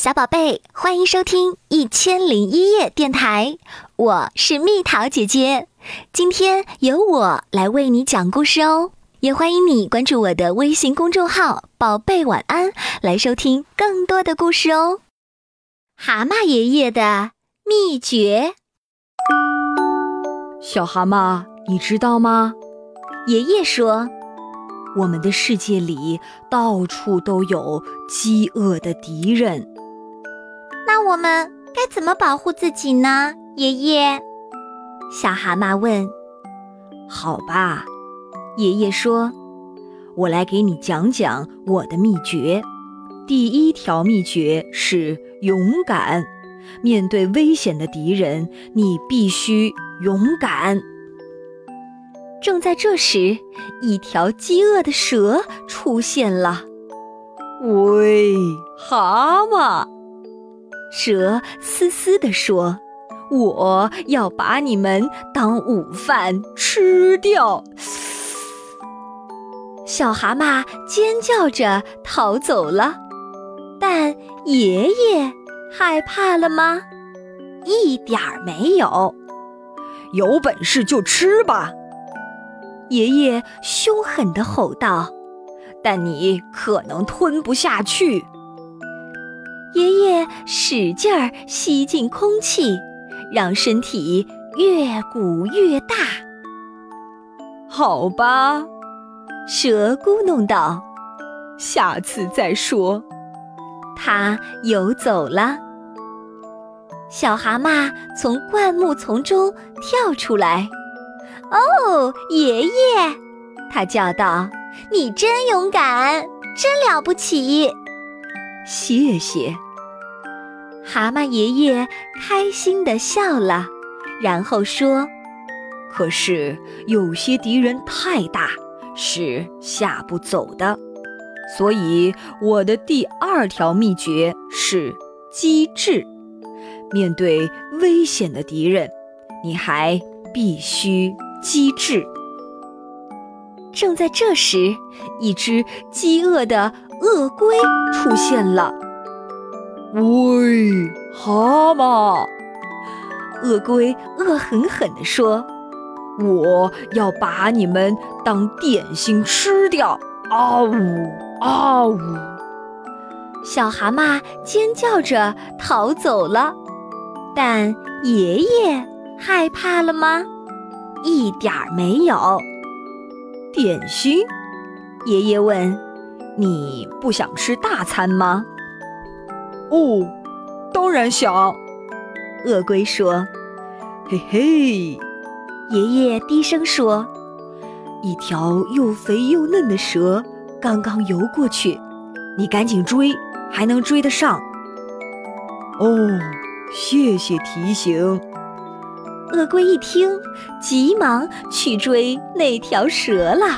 小宝贝，欢迎收听1001夜电台，我是蜜桃姐姐。今天由我来为你讲故事哦，也欢迎你关注我的微信公众号宝贝晚安，来收听更多的故事哦。蛤蟆爷爷的秘诀。 小蛤蟆，你知道吗？ 爷爷说， 我们的世界里到处都有饥饿的敌人。 那我们该怎么保护自己呢，爷爷？小蛤蟆问。 好吧，爷爷说，我来给你讲讲我的秘诀。第一条秘诀是勇敢，面对危险的敌人，你必须勇敢。 正在这时，一条饥饿的蛇出现了。 喂，蛤蟆！ 蛇嘶嘶地说， 我要把你们当午饭吃掉。 小蛤蟆尖叫着逃走了，但爷爷害怕了吗？一点儿没有。 有本事就吃吧！ 爷爷凶狠地吼道， 但你可能吞不下去。 爷爷使劲儿吸进空气，让身体越鼓越大。 好吧， 蛇咕哝道， 下次再说。 他游走了。小蛤蟆从灌木丛中跳出来。哦，爷爷，他叫道，你真勇敢，真了不起。 谢谢。 蛤蟆爷爷开心地笑了，然后说， 可是有些敌人太大，是下不走的，所以我的第二条秘诀是机智。面对危险的敌人，你还必须机智。 正在这时，一只饥饿的鳄龟出现了。 喂，蛤蟆！ 鳄龟恶狠狠地说， 我要把你们当点心吃掉！啊呜啊呜！ 小蛤蟆尖叫着逃走了，但爷爷害怕了吗？一点儿没有。 点心？ 爷爷问， 你不想吃大餐吗？哦，当然想。 鳄龟说。 嘿嘿， 爷爷低声说， 一条又肥又嫩的蛇刚刚游过去，你赶紧追，还能追得上。哦，谢谢提醒。 鳄龟一听，急忙去追那条蛇了。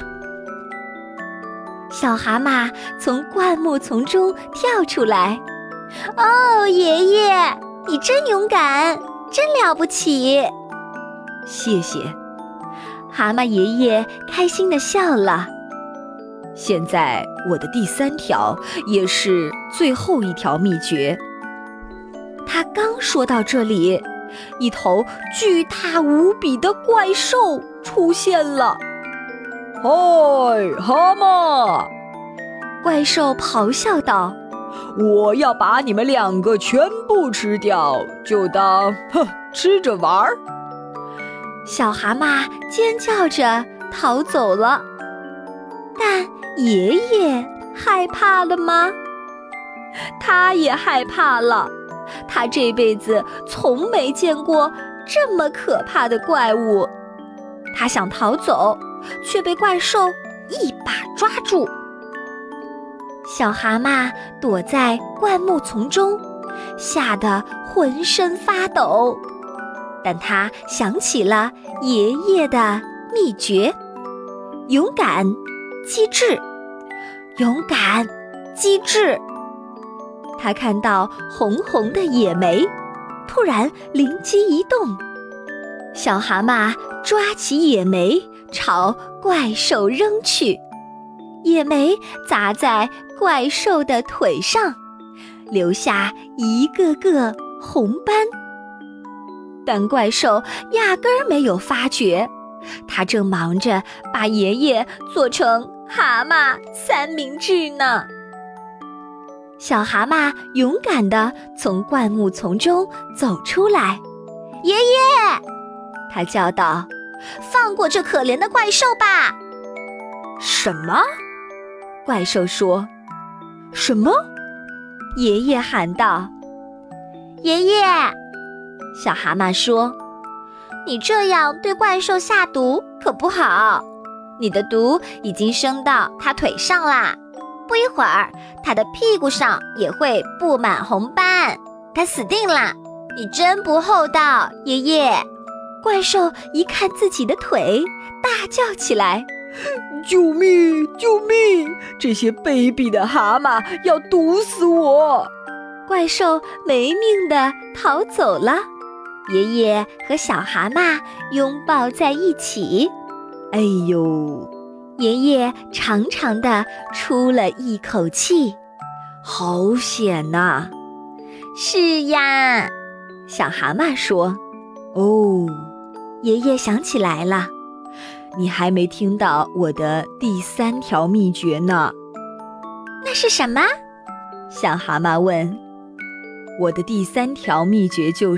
小蛤蟆从灌木丛中跳出来。哦，爷爷，你真勇敢，真了不起。 谢谢。 蛤蟆爷爷开心地笑了。 现在我的第三条，也是最后一条秘诀。 他刚说到这里，一头巨大无比的怪兽出现了。 嗨，蛤蟆！ 怪兽咆哮道， 我要把你们两个全部吃掉，就当吃着玩儿。 小蛤蟆尖叫着逃走了，但爷爷害怕了吗？他也害怕了，他这辈子从没见过这么可怕的怪物。他想逃走，却被怪兽一把抓住。小蛤蟆躲在灌木丛中，吓得浑身发抖。但他想起了爷爷的秘诀：勇敢、机智，勇敢、机智。他看到红红的野莓，突然灵机一动，小蛤蟆抓起野莓朝怪兽扔去，野莓砸在怪兽的腿上， 留下一个个红斑。但怪兽压根儿没有发觉，他正忙着把爷爷做成蛤蟆三明治呢。小蛤蟆勇敢地从灌木丛中走出来，爷爷，他叫道，放过这可怜的怪兽吧。 什么？怪兽说。什么？ 爷爷喊道。爷爷，小蛤蟆说，你这样对怪兽下毒可不好，你的毒已经升到它腿上啦，不一会儿它的屁股上也会布满红斑，它死定了。你真不厚道，爷爷。怪兽一看自己的腿，大叫起来， 救命！救命！这些卑鄙的蛤蟆要毒死我！ 怪兽没命地逃走了。爷爷和小蛤蟆拥抱在一起。 哎呦！ 爷爷长长地出了一口气， 好险呐！ 是呀，小蛤蟆说。 哦， 爷爷想起来了， 你还没听到我的第3条秘诀呢。 那是什么？ 小蛤蟆问。我的第3条秘诀就是，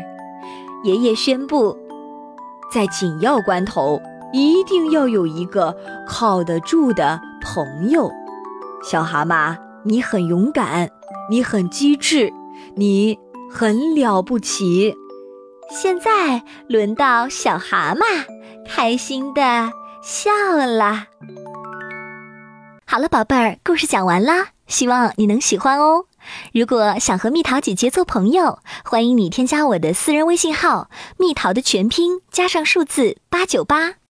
爷爷宣布， 在紧要关头一定要有一个靠得住的朋友。小蛤蟆，你很勇敢，你很机智，你很了不起。 现在轮到小蛤蟆开心地笑了。好了，宝贝儿，故事讲完啦，希望你能喜欢哦。如果想和蜜桃姐姐做朋友，欢迎你添加我的私人微信号，蜜桃的全拼加上数字898。